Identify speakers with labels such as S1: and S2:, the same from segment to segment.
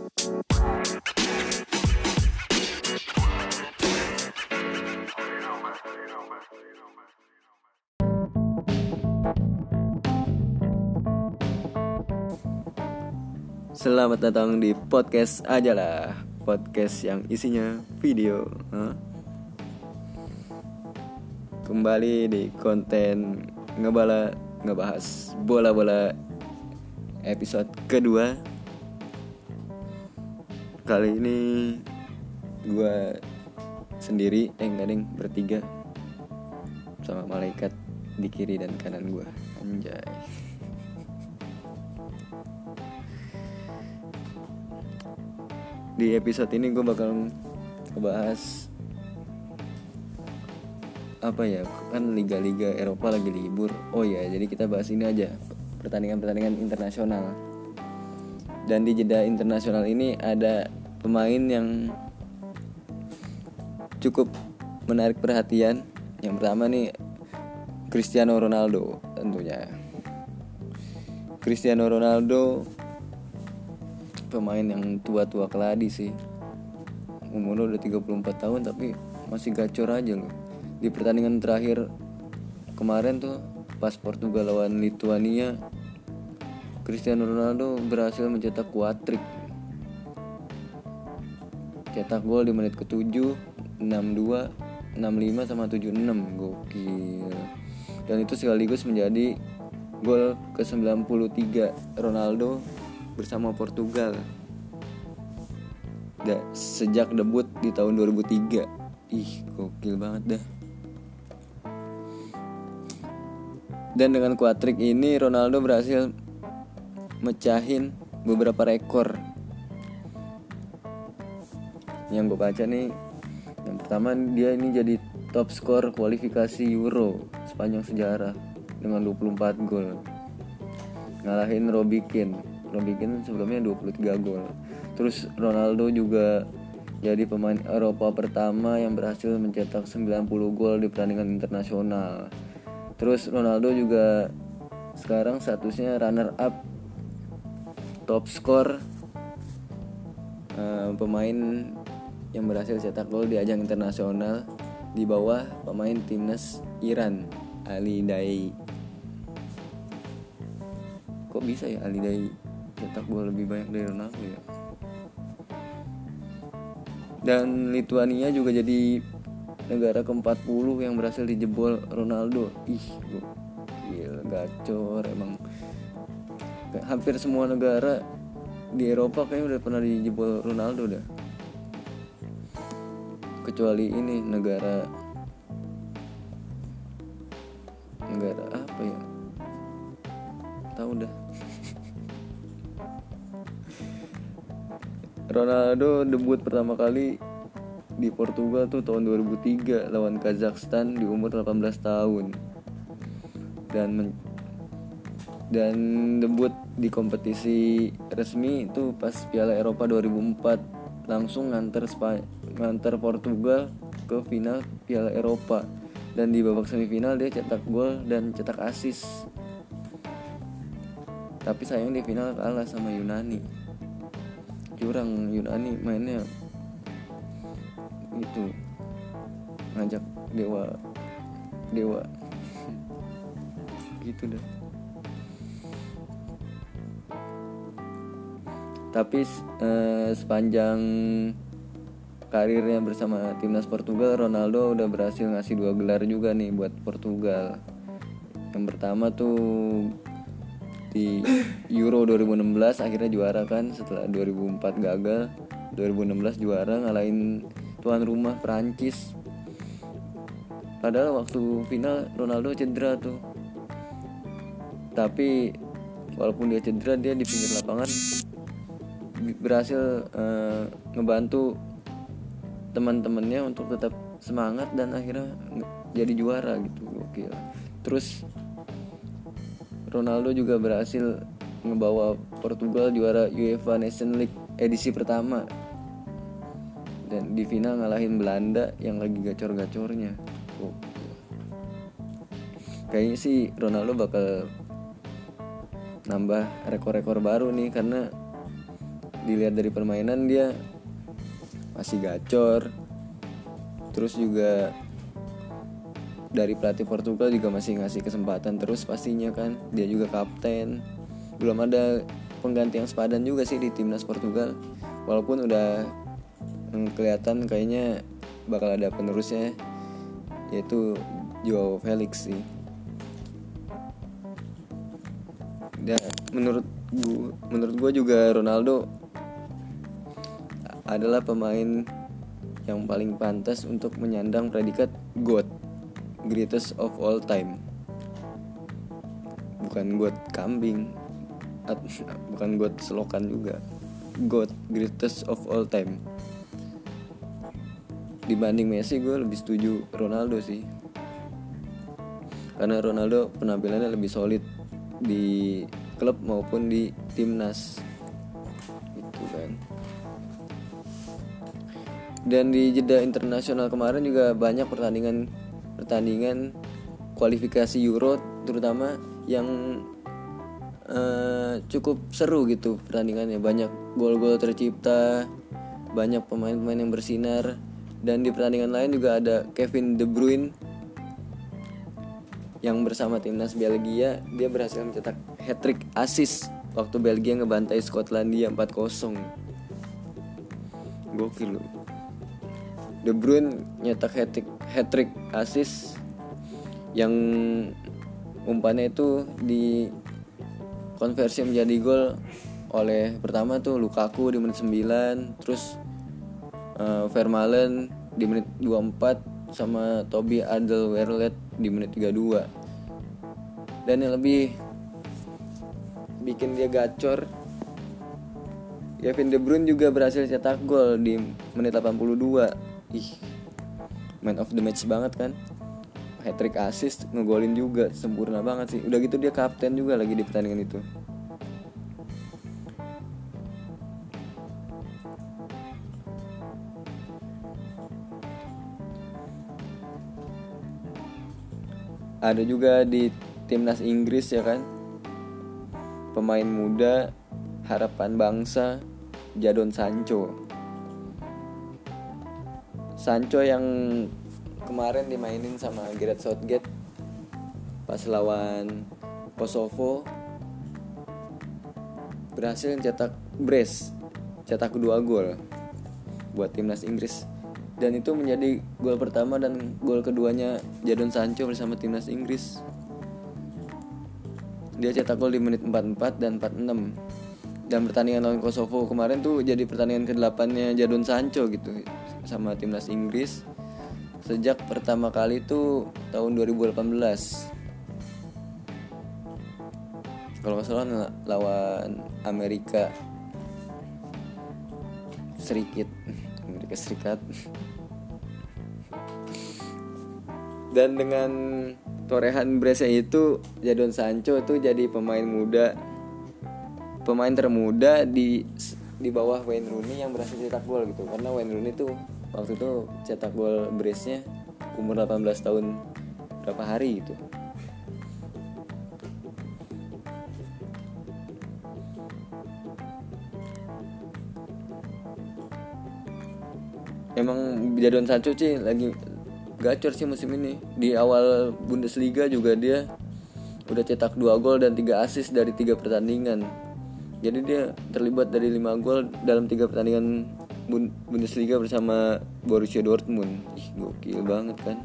S1: Selamat datang di podcast aja lah, podcast yang isinya video. Kembali di konten ngebahas bola-bola episode kedua. Kali ini gue sendiri, bertiga sama malaikat di kiri dan kanan gue. Anjay. Di episode ini gue bakal ngebahas kan liga-liga Eropa lagi libur. Jadi kita bahas ini aja, pertandingan internasional. Dan di jeda internasional ini ada pemain yang cukup menarik perhatian. Yang pertama nih, Cristiano Ronaldo tentunya. Cristiano Ronaldo pemain yang tua-tua keladi sih. Umurnya udah 34 tahun tapi masih gacor aja loh. Di pertandingan terakhir kemarin tuh pas Portugal lawan Lituania, Cristiano Ronaldo berhasil mencetak hat-trick. Cetak gol di menit ke-7, 62, 65 sama 76. Gokil. Dan itu sekaligus menjadi gol ke-93 Ronaldo bersama Portugal sejak debut di tahun 2003. Gokil banget dah. Dan dengan hat-trick ini Ronaldo berhasil mecahin beberapa rekor. Yang gue baca nih, yang pertama dia ini jadi top skor kualifikasi Euro sepanjang sejarah dengan 24 gol. Ngalahin Robbie Keane sebelumnya 23 gol. Terus Ronaldo juga jadi pemain Eropa pertama yang berhasil mencetak 90 gol di pertandingan internasional. Terus Ronaldo juga sekarang statusnya runner up top skor pemain yang berhasil cetak gol di ajang internasional di bawah pemain timnas Iran, Ali Daei. Kok bisa ya Ali Daei cetak gol lebih banyak dari Ronaldo ya? Dan Lituania juga jadi negara ke-40 yang berhasil dijebol Ronaldo. Gokil, gacor emang. Hampir semua negara di Eropa kayaknya udah pernah dijebol Ronaldo dah. Kecuali ini negara apa ya? Tahu dah. Ronaldo debut pertama kali di Portugal tuh tahun 2003 lawan Kazakhstan di umur 18 tahun. Dan debut di kompetisi resmi itu pas Piala Eropa 2004, langsung nganter Portugal ke final Piala Eropa. Dan di babak semifinal dia cetak gol dan cetak assist. Tapi sayang di final kalah sama Yunani. Curang Yunani mainnya itu ngajak dewa gitu dah. Tapi sepanjang karirnya bersama timnas Portugal, Ronaldo udah berhasil ngasih 2 gelar juga nih buat Portugal. Yang pertama tuh di Euro 2016 akhirnya juara kan, setelah 2004 gagal. 2016 juara ngalahin tuan rumah Prancis. Padahal waktu final Ronaldo cedera tuh. Tapi walaupun dia cedera, dia di pinggir lapangan berhasil ngebantu teman-temannya untuk tetap semangat dan akhirnya jadi juara gitu. Gokil. Terus Ronaldo juga berhasil ngebawa Portugal juara UEFA Nations League edisi pertama. Dan di final ngalahin Belanda yang lagi gacor-gacornya. Kayaknya sih Ronaldo bakal nambah rekor-rekor baru nih, karena dilihat dari permainan dia masih gacor. Terus juga dari pelatih Portugal juga masih ngasih kesempatan terus pastinya kan. Dia juga kapten. Belum ada pengganti yang sepadan juga sih di timnas Portugal. Walaupun udah kelihatan kayaknya bakal ada penerusnya, yaitu Joao Felix sih. Dan menurut gue juga Ronaldo adalah pemain yang paling pantas untuk menyandang predikat GOAT, greatest of all time. Bukan GOAT kambing, bukan GOAT selokan juga. GOAT, greatest of all time. Dibanding Messi, gue lebih setuju Ronaldo sih. Karena Ronaldo penampilannya lebih solid di klub maupun di timnas gitu kan. Dan di jeda internasional kemarin juga banyak pertandingan kualifikasi Euro terutama yang cukup seru gitu pertandingannya. Banyak gol-gol tercipta, banyak pemain-pemain yang bersinar. Dan di pertandingan lain juga ada Kevin De Bruyne yang bersama timnas Belgia, dia berhasil mencetak hat-trick assist waktu Belgia ngebantai Skotlandia 4-0. Gokil loh. De Bruyne nyetak hat-trick assist yang umpannya itu di konversi menjadi gol oleh pertama tuh Lukaku di menit 9, terus Vermaelen di menit 24 sama Toby Alderweireld di menit 32. Dan yang lebih bikin dia gacor, Kevin De Bruyne juga berhasil cetak gol di menit 82. Man of the match banget kan. Hat-trick assist, ngegolin juga, sempurna banget sih. Udah gitu dia kapten juga lagi di pertandingan itu. Ada juga di timnas Inggris ya kan, pemain muda harapan bangsa Jadon Sancho yang kemarin dimainin sama Gareth Southgate pas lawan Kosovo, berhasil cetak brace, cetak 2 gol buat timnas Inggris. Dan itu menjadi gol pertama dan gol keduanya Jadon Sancho bersama timnas Inggris. Dia cetak gol di menit 44 dan 46. Dan pertandingan lawan Kosovo kemarin tuh jadi pertandingan ke-8-nya Jadon Sancho gitu sama timnas Inggris sejak pertama kali tuh tahun 2018. Kalau nggak salah lawan Amerika Serikat. Dan dengan torehan brace itu, Jadon Sancho tuh jadi pemain termuda di bawah Wayne Rooney yang berhasil cetak gol gitu. Karena Wayne Rooney tuh waktu itu cetak gol brace-nya umur 18 tahun berapa hari gitu. Emang Jadon Sancho sih lagi gacor sih musim ini. Di awal Bundesliga juga dia udah cetak 2 gol dan 3 assist dari 3 pertandingan. Jadi dia terlibat dari 5 gol dalam 3 pertandingan Bundesliga bersama Borussia Dortmund. Gokil banget kan.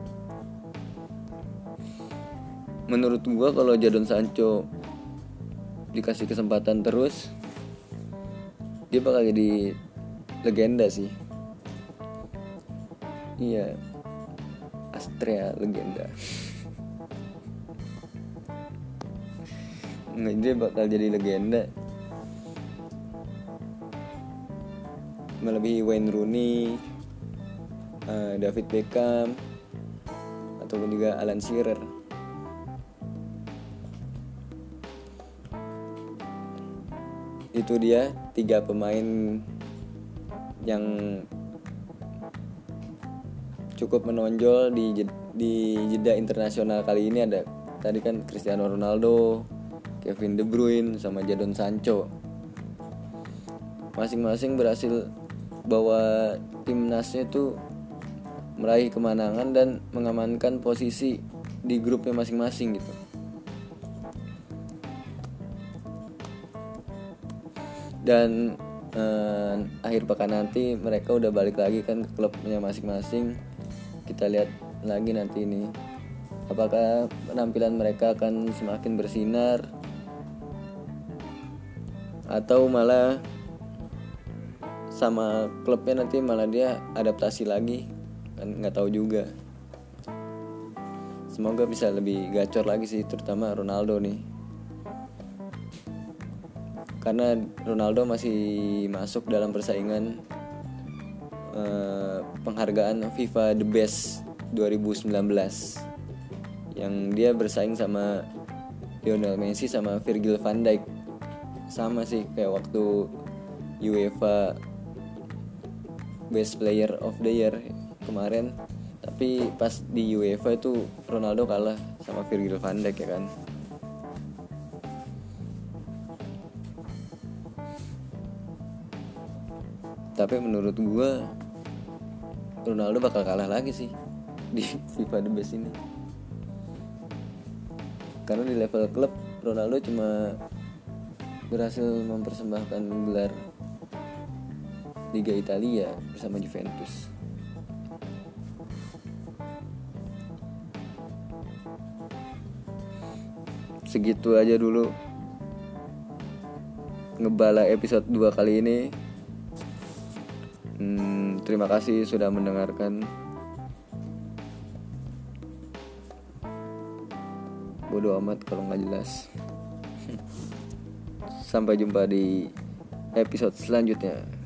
S1: Menurut gua kalau Jadon Sancho dikasih kesempatan terus, dia bakal jadi legenda sih. Iya, Astrea legenda. Dia bakal jadi legenda, melebihi Wayne Rooney, David Beckham, ataupun juga Alan Shearer. Itu dia 3 pemain yang cukup menonjol di jeda internasional kali ini. Ada tadi kan Cristiano Ronaldo, Kevin De Bruyne, sama Jadon Sancho. masing-masing berhasil bawa timnasnya itu meraih kemenangan dan mengamankan posisi di grupnya masing-masing gitu. Dan akhir pekan nanti mereka udah balik lagi kan ke klubnya masing-masing. Kita lihat lagi nanti ini apakah penampilan mereka akan semakin bersinar atau malah sama klubnya nanti malah dia adaptasi lagi, kan nggak tahu juga. Semoga bisa lebih gacor lagi sih, terutama Ronaldo nih, karena Ronaldo masih masuk dalam persaingan penghargaan FIFA The Best 2019 yang dia bersaing sama Lionel Messi sama Virgil van Dijk. Sama sih kayak waktu UEFA Best Player of the Year kemarin, tapi pas di UEFA itu Ronaldo kalah sama Virgil van Dijk ya kan. Tapi menurut gue Ronaldo bakal kalah lagi sih di FIFA The Best ini, karena di level klub Ronaldo cuma berhasil mempersembahkan gelar Liga Italia bersama Juventus. Segitu aja dulu ngebala episode 2 kali ini. Terima kasih sudah mendengarkan. Bodoh amat kalau nggak jelas. Sampai jumpa di episode selanjutnya.